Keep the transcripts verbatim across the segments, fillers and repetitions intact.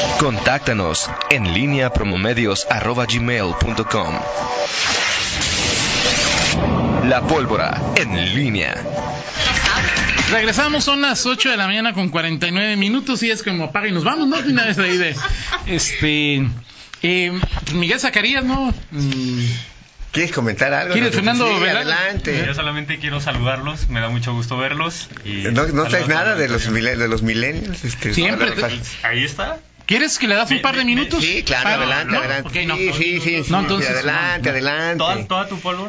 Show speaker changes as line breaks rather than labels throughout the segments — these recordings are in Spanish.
Contáctanos en línea promomedios arroba gmail punto com. La Pólvora en línea.
Regresamos, son las ocho de la mañana con cuarenta y nueve minutos y es como apaga y nos vamos, ¿no? Una vez ahí de, este, eh, Miguel Zacarías, ¿no? Mm.
¿Quieres comentar algo?
¿Quieres,
no,
Fernando?
sí,
¿verdad?
Adelante.
Yo solamente quiero saludarlos, me da mucho gusto verlos. Y
no no traes nada de los,
milenios.
de los millennials. Este,
Siempre.
no,
Ahí está.
¿Quieres que le das un
Me-
par de
me-
minutos?
Sí, claro,
Ah,
adelante,
¿no?
adelante.
Okay, no.
Sí, sí, sí, sí,
No, entonces,
adelante,
no, no.
adelante.
¿Toda, toda tu pólvora?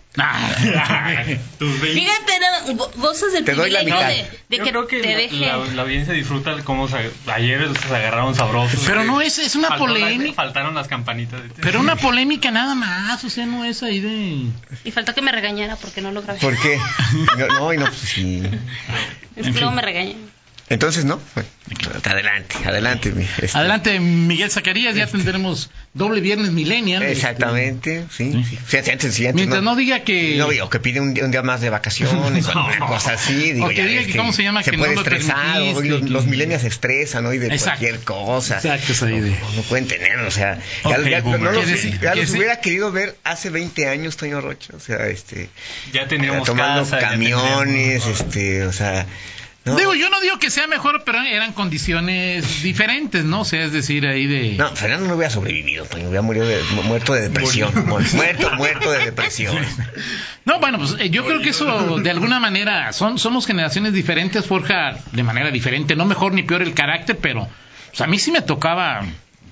Ah.
Tus veinte.
Fíjate, no, vo- voces del
Te doy la
privilegio
mitad.
de, de
Yo
que
creo que
te
la,
deje.
la, la audiencia disfruta cómo se, ayer se agarraron sabrosos.
Pero
que
no es, es una
faltó la-
polémica.
faltaron las campanitas. De
Pero una polémica nada más, o sea, no es ahí de...
Y faltó que me regañara porque no lo grabé.
¿Por qué? No, no, y no, pues sí.
Es
En
que luego
fin.
me regañan.
Entonces, ¿no? Bueno, adelante, adelante. mi- este,
Adelante, Miguel Zacarías, ya tendremos doble viernes millennial.
Exactamente, sí. sí. Sí, sí, antes, sí, antes,
Mientras no diga que...
No, o que pide un, día- un día más de vacaciones o alguna cosa así. Digo,
O que
ya
diga
ves
que cómo se llama,
se
que
puede
no lo
estresar. Hoy
permitiste,
los,
que-
los millennials se estresan hoy de
Exacto.
cualquier cosa.
Exacto, es ahí de...
No, no pueden tener, o sea, ya,
Ok,
ya-
boomer.
no los,
¿Qué decir?
ya
¿Qué
los
decir?
hubiera querido ver hace veinte años, Toño Rocha. O sea, este,
Ya teníamos
tomando
casa, ya
camiones,
teníamos-
este, o sea, no.
Digo, yo no digo que sea mejor, pero eran condiciones diferentes, ¿no? O sea, es decir, ahí de...
No, Fernando no hubiera sobrevivido, Toño, hubiera murido de, mu- muerto de depresión, mu- muerto, muerto de depresión.
No, bueno, pues eh, yo creo que eso de alguna manera son somos generaciones diferentes, forja de manera diferente, no mejor ni peor el carácter, pero pues, a mí sí me tocaba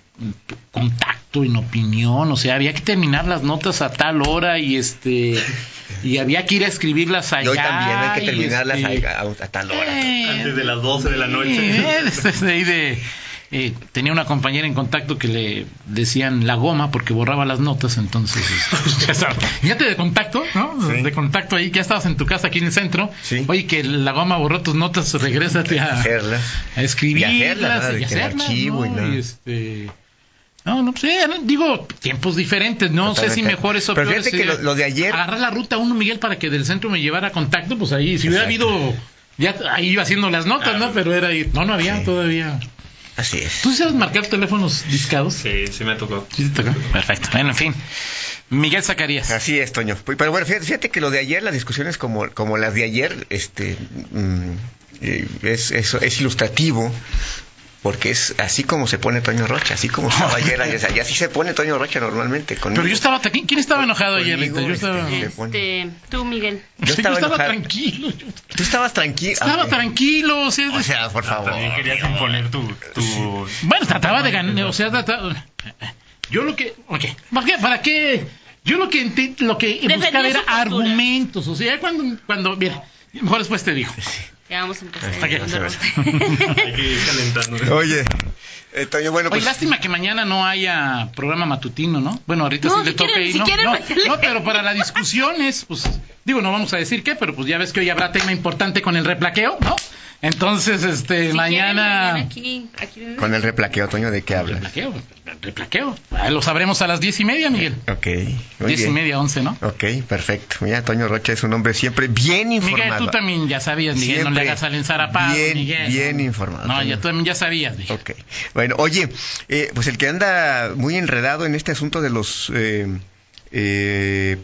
contacto en opinión, o sea, había que terminar las notas a tal hora y este y había que ir a escribirlas allá.
Y hoy también hay que
y,
terminarlas
este,
a, a- a tal hora.
eh,
Antes de las doce de la noche.
eh, desde ahí de eh, tenía una compañera en contacto que le decían la goma porque borraba las notas, entonces este, ya sabes, fíjate de contacto, ¿no?
Sí.
De contacto ahí, que ya estabas en tu casa aquí en el centro.
Sí.
Oye, que la goma borró tus notas, regrésate a,
Hacerlas.
a escribirlas
Y hacerlas, ¿verdad? De
y
que el
hacerlas,
archivo y
¿no?
nada.
Y este no, no sé, digo, tiempos diferentes, no sé si
Totalmente.
mejor eso
Pero
peor
fíjate que
sería
lo- lo de ayer-
agarrar la ruta uno, Miguel, para que del centro me llevara contacto, pues ahí, si hubiera
Exacto.
habido, ya ahí iba haciendo las notas, ¿no? Pero era ahí, no, no había
Sí.
todavía.
Así es.
¿Tú sí sabes marcar teléfonos discados?
Sí, sí me tocó.
Sí, te tocó. Perfecto. Bueno, en fin. Miguel Zacarías.
Así es, Toño. Pero bueno, fíjate, fíjate que lo de ayer, las discusiones como, como las de ayer, este, mm, eh, es, es, es ilustrativo. Porque es así como se pone Toño Rocha, así como estaba ayer, ayer, y así se pone Toño Rocha normalmente. Conmigo.
Pero yo estaba tranquilo. ¿Quién estaba enojado ayer,
Conmigo,
Rita? Yo estaba,
este,
Este, tú, Miguel.
Yo estaba enojado.
tranquilo. Yo
Tú estabas tranquilo.
estaba
Ah,
tranquilo. O sea,
O sea, por favor.
También querías imponer tu... tu...
bueno, trataba de ganar. O sea, trataba. Yo lo que. Ok. ¿Para qué? ¿Para qué? Yo lo que enti- lo que
Defendió
buscaba
su
era
postura.
argumentos. O sea, cuando. cuando mira, mejor después te digo.
Ya vamos a empezar.
Hasta que-
Cuando-
Hay que ir calentando.
Oye, eh, Toño, bueno,
Oye,
pues.
lástima que mañana no haya programa matutino, ¿no? Bueno, ahorita
No,
sí le
si
toca
quieren-
ir,
si
¿no?
quieren,
no,
métele.
no, pero para las discusiones, pues, digo, no vamos a decir qué, pero pues ya ves que hoy habrá tema importante con el replaqueo, ¿no? Entonces, este,
Si
mañana...
quieren, mañana aquí, aquí
Con el replaqueo, Toño, ¿de qué hablas?
Replaqueo, replaqueo. Ah, lo sabremos a las diez y media, Miguel.
Ok, muy
Diez y
bien.
media, once, ¿no?
Ok, perfecto. Mira, Toño Rocha es un hombre siempre bien informado.
Miguel, tú también ya sabías, Miguel, no le
Siempre
hagas al ensarapado,
bien,
Miguel.
bien informado,
No,
Toño.
ya tú también ya sabías, Miguel.
Ok. Bueno, oye, eh, pues el que anda muy enredado en este asunto de los eh, eh,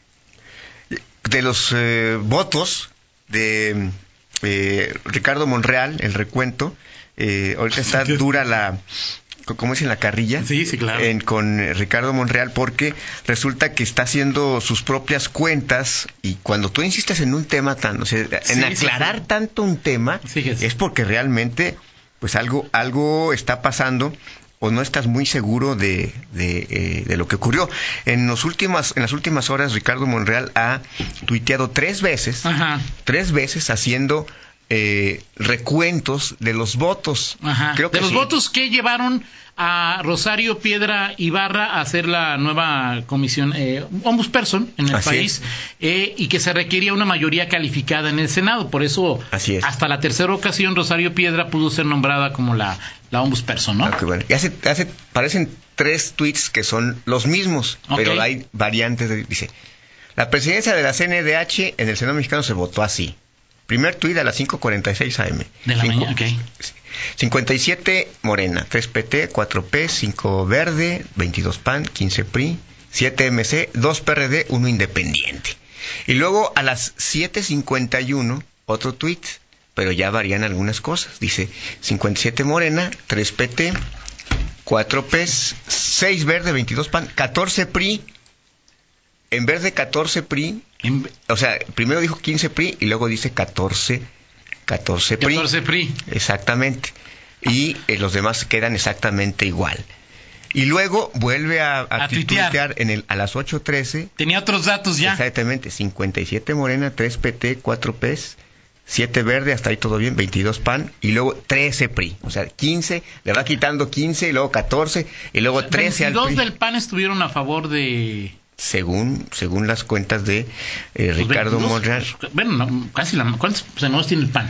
de los eh, votos de eh, Ricardo Monreal, el recuento, eh, ahorita está dura la, ¿cómo dicen? La carrilla.
Sí, sí, claro.
En, con eh, Ricardo Monreal, porque resulta que está haciendo sus propias cuentas, y cuando tú insistes en un tema tan, o sea, en
Sí, sí,
aclarar
sí.
tanto un tema,
Sí, sí.
es porque realmente pues algo algo está pasando o no estás muy seguro de de, eh, de lo que ocurrió. En los últimas en las últimas horas Ricardo Monreal ha tuiteado tres veces,
Ajá.
tres veces haciendo eh, recuentos de los votos.
Ajá.
Creo que
de los
sí.
votos que llevaron a Rosario Piedra Ibarra a hacer la nueva comisión eh, ombudsperson en el
Así
país, eh, y que se requería una mayoría calificada en el Senado. Por eso,
Así es.
hasta la tercera ocasión, Rosario Piedra pudo ser nombrada como la, la ombudsperson, ¿no?
Ah, qué bueno. Y hace, hace, parecen tres tweets que son los mismos,
Ok.
pero hay variantes. De, dice, la presidencia de la C N D H en el Senado mexicano se votó así. Primer tuit a las cinco cuarenta y seis a eme.
De la
Cinco-
mañana, ok.
cincuenta y siete Morena, tres pe te, cuatro pe, cinco Verde, veintidós P A N, quince P R I, siete eme ce, dos pe erre de, uno Independiente. Y luego a las siete cincuenta y uno, otro tuit, pero ya varían algunas cosas. Dice cincuenta y siete Morena, tres pe te, cuatro pe, seis Verde, veintidós P A N, catorce P R I. En vez de catorce P R I,
En-
o sea, primero dijo quince P R I y luego dice catorce, catorce P R I.
catorce P R I.
Exactamente. Y eh, los demás quedan exactamente igual. Y luego vuelve a, a,
A tuitear.
tuitear en el, a las ocho trece.
Tenía otros datos ya.
Exactamente. cincuenta y siete Morena, tres pe te, cuatro pe, siete Verde, hasta ahí todo bien, veintidós P A N, y luego trece P R I. O sea, quince, le va quitando quince, y luego catorce, y luego trece al P R I.
veintidós del P A N estuvieron a favor de...
Según, según las cuentas de eh,
pues,
Ricardo
veintidós.
Monreal.
Bueno, no, casi la... ¿Cuántos senadores tiene el P A N?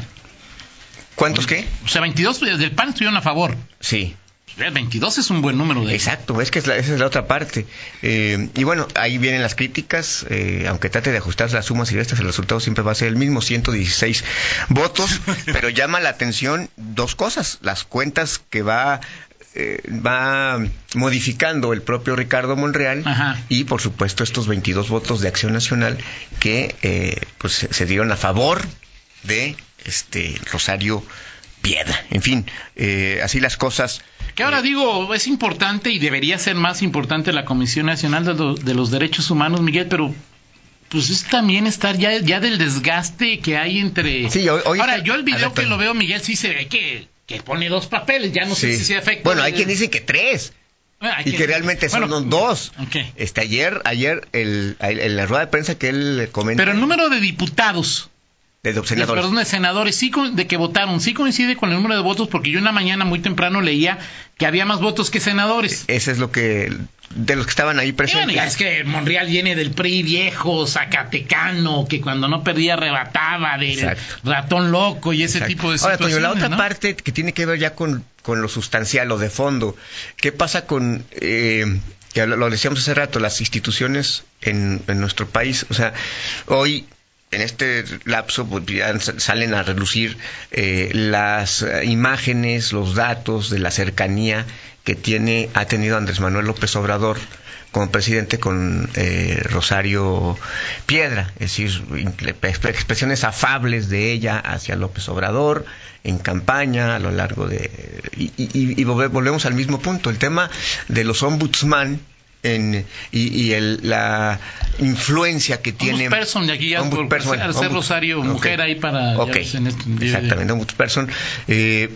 ¿Cuántos qué?
O sea, veintidós del P A N estuvieron a favor.
Sí.
veintidós es un buen número de...
Exacto, es que es la, esa es la otra parte. Eh, y bueno, ahí vienen las críticas, eh, aunque trate de ajustar las sumas y restas, el resultado siempre va a ser el mismo, ciento dieciséis votos, pero llama la atención dos cosas, las cuentas que va... Eh, va modificando el propio Ricardo Monreal.
Ajá.
Y por supuesto estos veintidós votos de Acción Nacional que eh, pues se, se dieron a favor de este Rosario Piedra. En fin, eh, así las cosas.
Que ahora digo, es importante y debería ser más importante la Comisión Nacional de, lo- de los Derechos Humanos, Miguel, pero pues es también estar ya, ya del desgaste que hay entre...
Sí, hoy- hoy
ahora,
está-
yo el video
Exacto.
que lo veo, Miguel, sí se ve que, que pone dos papeles, ya no sé
Sí.
si sea efecto...
Bueno, hay
de-
quien dice que tres.
Bueno, hay
Y
quien-
que realmente son
bueno,
dos.
ok.
Este, ayer, ayer, el, el- en la rueda de prensa que él comenta
Pero el número de diputados,
de los
de,
senadores.
perdón, de senadores, sí co- de que votaron, sí coincide con el número de votos, porque yo en la mañana muy temprano leía que había más votos que senadores.
Ese es lo que, de los que estaban ahí
Y
presentes.
bueno, ya es que Monreal viene del P R I viejo, zacatecano, que cuando no perdía arrebataba, del
Exacto.
ratón loco y ese
Exacto.
tipo de
Ahora,
situaciones.
Toño, la otra
¿no?
parte que tiene que ver ya con, con lo sustancial, lo de fondo. ¿Qué pasa con, eh, ya lo, lo decíamos hace rato, las instituciones en, en nuestro país? O sea, hoy, en este lapso, pues, ya salen a relucir eh, las eh, imágenes, los datos de la cercanía que tiene, ha tenido Andrés Manuel López Obrador como presidente con eh, Rosario Piedra, es decir, expresiones afables de ella hacia López Obrador en campaña a lo largo de... Y, y, y volvemos al mismo punto, el tema de los ombudsman en, y, y el, la influencia que tiene...
Ombudsperson, de aquí ya por
Ombudsperson,
al ser
ombuds-
Rosario
ok.
mujer ahí para... ya
Ok,
ves, en este-
exactamente, ombudsperson. Eh,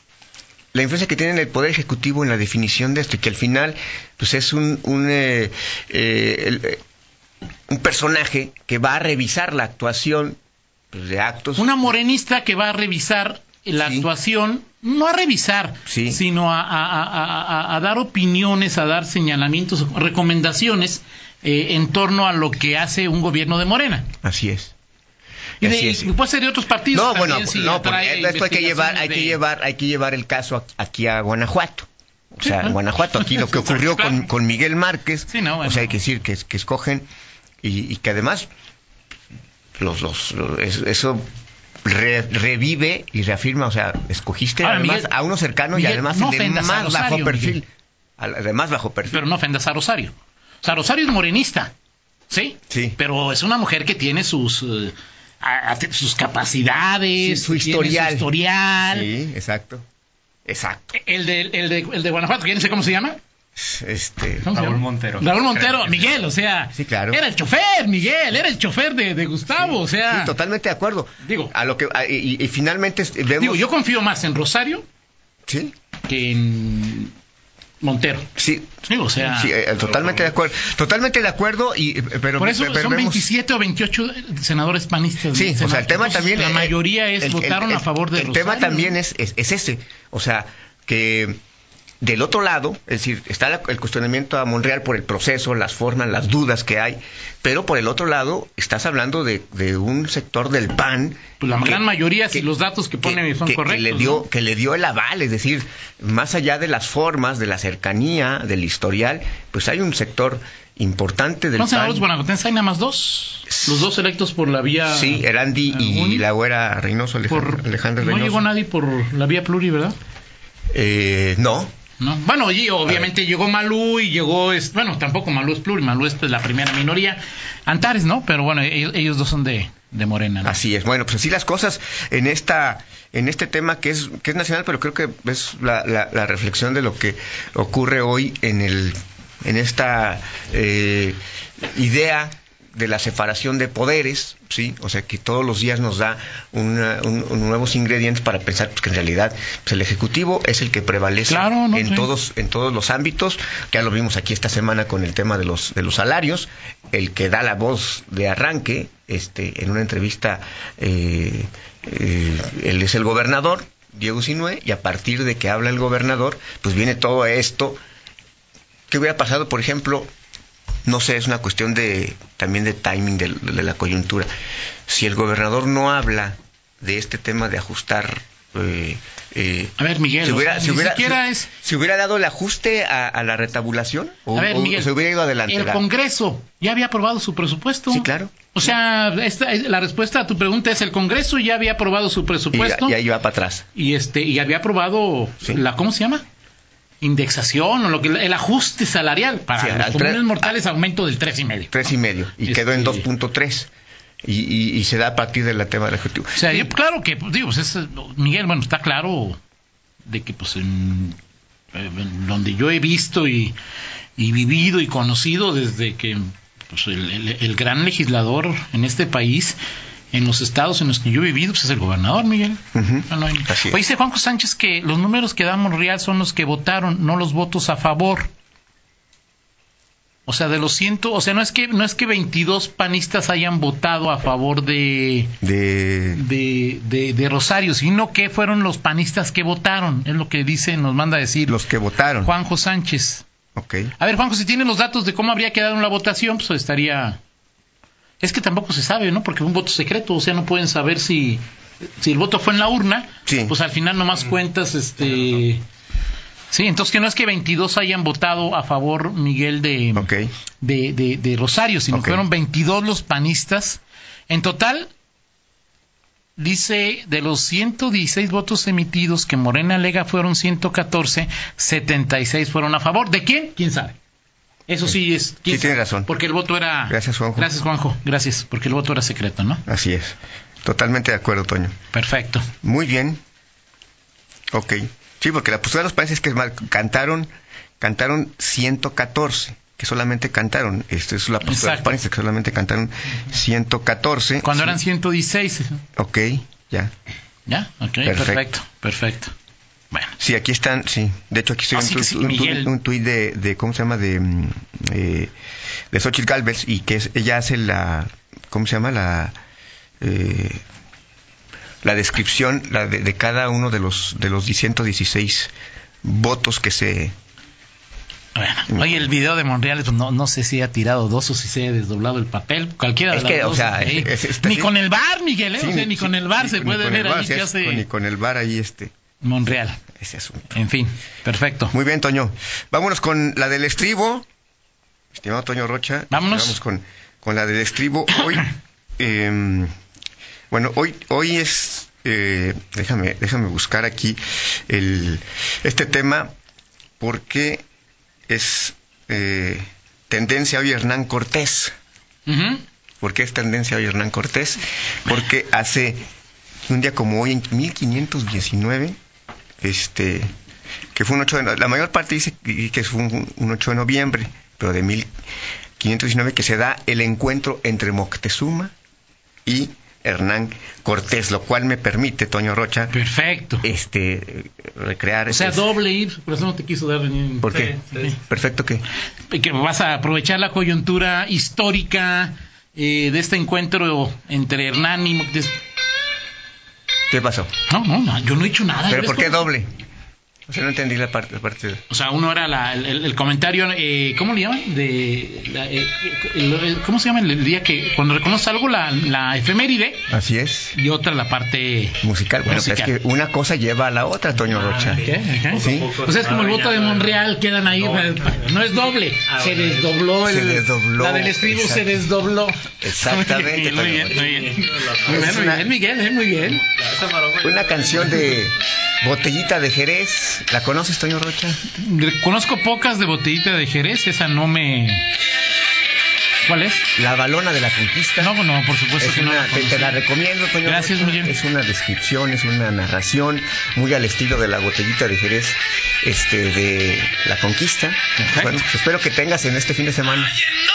la influencia que tiene el Poder Ejecutivo en la definición de esto, y que al final pues es un un, eh, eh, el, eh, un personaje que va a revisar la actuación pues, de actos.
Una morenista que va a revisar la
Sí.
actuación, no a revisar,
Sí.
sino a, a- a- a- a dar opiniones, a dar señalamientos, recomendaciones eh, en torno a lo que hace un gobierno de Morena.
Así es.
Y, de-
Así es.
y puede ser de otros partidos
No,
también,
bueno,
si
no,
atrae
porque esto hay que llevar, hay
investigaciones
que
de-
llevar, hay que llevar el caso a- aquí a Guanajuato. O
Sí,
sea,
claro.
en Guanajuato, aquí lo que ocurrió
Claro.
con, con Miguel Márquez,
Sí, no, bueno.
o sea, hay que decir que, que escogen y, y que además los, los, los- es- eso re- revive y reafirma, o sea, escogiste
Ahora,
además
Miguel,
a uno cercano
Miguel,
y además
no
de
ofendas a
más
Rosario,
bajo perfil,
Miguel.
al- de más bajo perfil.
Pero no ofendas a Rosario. O sea, Rosario es morenista, ¿sí?
Sí.
Pero es una mujer que tiene sus eh, a- a- sus capacidades,
Sí, su
tiene
historial.
su historial.
Sí, exacto, exacto.
El de, el, de, el de Guanajuato, ¿quién sé cómo se llama?
Este,
¿Cómo se
Raúl
llama?
Montero.
Raúl Montero,
Creo que
Miguel, o sea,
Sí, claro.
era el chofer, Miguel, era el chofer de, de Gustavo, o sea,
sí, totalmente de acuerdo.
Digo-
a lo que a- y, y finalmente este, vemos.
digo, yo confío más en Rosario
Sí,
que en Montero.
sí,
Digo, o sea,
sí, eh, totalmente de acuerdo, totalmente de acuerdo y eh, pero
por eso
pero
son
vemos-
veintisiete o veintiocho senadores panistas.
Sí, o sea, el
senadores.
tema
Entonces,
también
la
eh,
mayoría es
el- el-
votaron
el-
a favor de
el
Rosario.
tema también
¿no?
es, es es ese, o sea, que del otro lado, es decir, está la- el cuestionamiento a Monreal por el proceso, las formas, las dudas que hay, pero por el otro lado estás hablando de, de un sector del P A N.
Pues la
que-
gran mayoría,
que-
si los datos que pone
que-
son
que-
correctos.
que le dio
¿no?
que le dio el aval, es decir, más allá de las formas, de la cercanía, del historial, pues hay un sector importante del
¿Cuántos
P A N.
senadores guanajuatenses hay? Nada más dos. Los dos electos por la vía...
Sí, Erandi
uh,
y
uni.
la güera Reynoso, Alejandra,
Por-
Alejandra
no
Reynoso.
llegó nadie por la vía pluri, ¿verdad?
Eh, no,
No. Bueno, y obviamente llegó Malú y llegó... Es, bueno, tampoco Malú es pluri, Malú es pues, la primera minoría. Antares, ¿no? Pero bueno, ellos, ellos dos son de, de Morena, ¿no?
así es. Bueno, pues así las cosas en esta en este tema que es que es nacional, pero creo que es la, la, la reflexión de lo que ocurre hoy en el en esta eh, idea de la separación de poderes, sí, o sea que todos los días nos da una, un, un nuevos ingredientes para pensar pues, que en realidad pues, el ejecutivo es el que prevalece
Claro, no,
en
sí.
todos en todos los ámbitos. Ya lo vimos aquí esta semana con el tema de los de los salarios, el que da la voz de arranque, este, en una entrevista, eh, eh, él es el gobernador Diego Sinue, y a partir de que habla el gobernador, pues viene todo esto. ¿Qué hubiera pasado, por ejemplo? No sé, es una cuestión de también de timing de, de la coyuntura. Si el gobernador no habla de este tema de ajustar... Eh, eh,
A ver, Miguel,
si hubiera,
o sea,
si
ni
hubiera,
siquiera
si-
es...
si hubiera dado el ajuste a, a la retabulación, o,
A ver,
o
Miguel,
se hubiera ido adelante.
el
la-
Congreso ya había aprobado su presupuesto.
Sí, claro.
O sea, esta, la respuesta a tu pregunta es el Congreso ya había aprobado su
y,
presupuesto
y ahí va para atrás.
y este y había aprobado
Sí.
la ¿cómo se llama? Indexación o lo que el ajuste salarial para
Sí,
los
al
comunes
tre-
mortales, aumento del tres y medio.
Tres y medio. Y
Este-
quedó en dos punto tres. Y, y, y se da a partir del tema del ejecutivo.
O sea, yo, claro que, pues, digo, pues es, Miguel, bueno, está claro de que, pues, en, en donde yo he visto y, y vivido y conocido desde que, pues, el, el, el gran legislador en este país, en los estados en los que yo he vivido, pues es el gobernador, Miguel.
Ujú.
No, no hay-
Así es.
Oye, dice Juanjo Sánchez que los números que da Monreal son los que votaron, no los votos a favor. O sea, de los ciento, o sea, no es que no es que veintidós panistas hayan votado a favor de
De...
de, de, de Rosario, sino que fueron los panistas que votaron, es lo que dice, nos manda a decir
Los que votaron.
Juanjo Sánchez.
Ok.
A ver, Juanjo, si tienes los datos de cómo habría quedado en la votación, pues estaría... Es que tampoco se sabe, ¿no? Porque es un voto secreto, o sea, no pueden saber si, si el voto fue en la urna,
Sí.
pues al final nomás cuentas, este... Sí, entonces que no es que veintidós hayan votado a favor, Miguel, de,
Ok.
de, de, de Rosario, sino
Ok.
que fueron veintidós los panistas. En total, dice, de los ciento dieciséis votos emitidos que Morena alega fueron ciento catorce, setenta y seis fueron a favor. ¿De quién? ¿Quién sabe? Eso sí es... ¿quién
Sí, tiene
sabe?
razón.
Porque el voto era...
Gracias, Juanjo.
Gracias, Juanjo. Gracias, porque el voto era secreto, ¿no?
Así es. Totalmente de acuerdo, Toño.
Perfecto.
Muy bien. Ok. Sí, porque la postura de los países es que mal- cantaron cantaron ciento catorce, que solamente cantaron. Esta es la postura de los
Exacto.
países, que solamente cantaron ciento catorce.
Cuando
Sí.
eran ciento dieciséis.
Ok, ya.
¿Ya? Ok,
Perfecto.
perfecto, perfecto. Bueno.
Sí, aquí están, sí. De hecho, aquí estoy
Así
un,
que sí,
tu- un, tu-
Miguel.
un tuit de, de, ¿cómo se llama? De, mm, eh, de Xochitl Gálvez, y que es, ella hace la, ¿cómo se llama? La, eh, la descripción la de, de cada uno de los, de los ciento dieciséis votos que se...
Bueno, oye, el video de Monreal, pues no, no sé si ha tirado dos o si se ha desdoblado el papel, cualquiera de
Es
las
que, o
dos.
sea,
¿eh?
es- es- está
ni
así.
con el bar, Miguel, ¿eh?
Sí,
o sea, ni
sí,
con el bar
sí,
se
ni
puede
con
ver
el bar,
ahí
sí,
que
es-
hace
Ni con el bar ahí este...
Monreal.
ese asunto.
En fin, perfecto.
Muy bien, Toño. Vámonos con la del estribo. Estimado Toño Rocha.
Vámonos.
Vamos con, con la del estribo. Hoy, eh, bueno, hoy, hoy es, eh, déjame, déjame buscar aquí el, este tema, porque es eh, tendencia hoy Hernán Cortés.
Ujú.
¿Por qué es tendencia hoy Hernán Cortés? Porque hace un día como hoy, en mil quinientos diecinueve, este, que fue un ocho de no- la mayor parte dice que que fue un, un ocho de noviembre, pero de mil quinientos diecinueve, que se da el encuentro entre Moctezuma y Hernán Cortés, lo cual me permite, Toño Rocha,
Perfecto.
este, recrear...
O sea,
es-
doble ir, por eso no te quiso dar ni...
¿Por qué?
Sí, sí.
Perfecto, que
Que vas a aprovechar la coyuntura histórica eh, de este encuentro entre Hernán y Moctezuma.
¿Qué pasó?
No, no, no, yo no he hecho nada.
¿Pero
¿Eres
por qué
como-
doble? O sea, no entendí la parte. La parte de...
O sea, uno era la, el, el comentario, eh, ¿cómo le llaman? De, la, eh, el, el, ¿Cómo se llama el día que cuando reconoce algo la, la efeméride?
Así es.
Y otra la parte
musical. Bueno,
musical.
Pues es que una cosa lleva a la otra, Toño Rocha.
¿Qué? ¿Qué?
¿Sí?
O sea, es como el voto de Monreal, quedan ahí. No, no es doble, se desdobló. El,
se desdobló.
La del estribo se desdobló.
Exactamente.
Muy bien, muy bien. Muy bien, muy bien, Miguel, eh, muy bien.
Una canción de Botellita de Jerez. ¿La conoces, Toño Rocha?
Conozco pocas de Botellita de Jerez, esa no me... ¿Cuál es?
La Balona de la Conquista.
No, no, por supuesto
es
que
una,
no.
Te, te la recomiendo, Toño.
Gracias,
Rocha.
Miguel.
Es una descripción, es una narración muy al estilo de la Botellita de Jerez, este, de la Conquista.
Perfecto.
Bueno, pues espero que tengas en este fin de semana.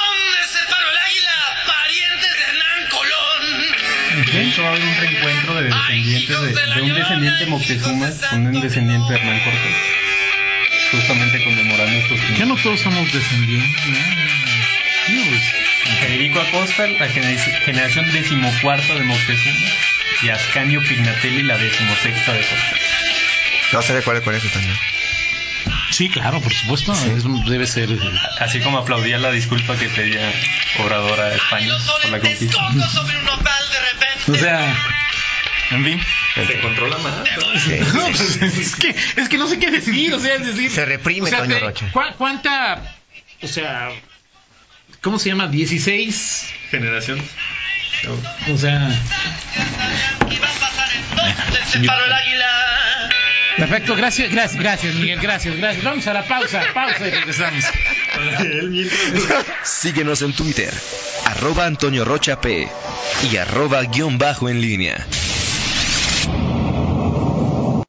De hecho, va a haber un reencuentro de descendientes de, de un descendiente de Moctezuma con un descendiente de Hernán Cortés, justamente conmemorando estos
Ya no todos somos descendientes, ¿no? No, pues.
Federico Acosta, la gener- generación decimocuarta de Moctezuma, y Ascanio Pignatelli, la decimosexta de Cortés.
No sé de cuál es con eso también.
Sí, claro, por supuesto.
Sí.
Es, debe ser.
Así como aplaudía la disculpa que pedía Obrador a España por la conquista.
O sea, en fin.
Se controla más, ¿no?
Sí,
No,
sí,
pues,
sí.
es, que, es que no sé qué decir, o sea, es decir.
Se reprime,
o sea,
Toño
te-
Rocha.
¿cu- ¿Cuánta? O sea, ¿cómo se llama? dieciséis.
Generación.
O sea. Perfecto, gracias, gracias, gracias, Miguel, gracias, gracias. Vamos a la pausa, pausa y regresamos.
Síguenos en Twitter, arroba Antonio Rocha P y arroba guión bajo en línea.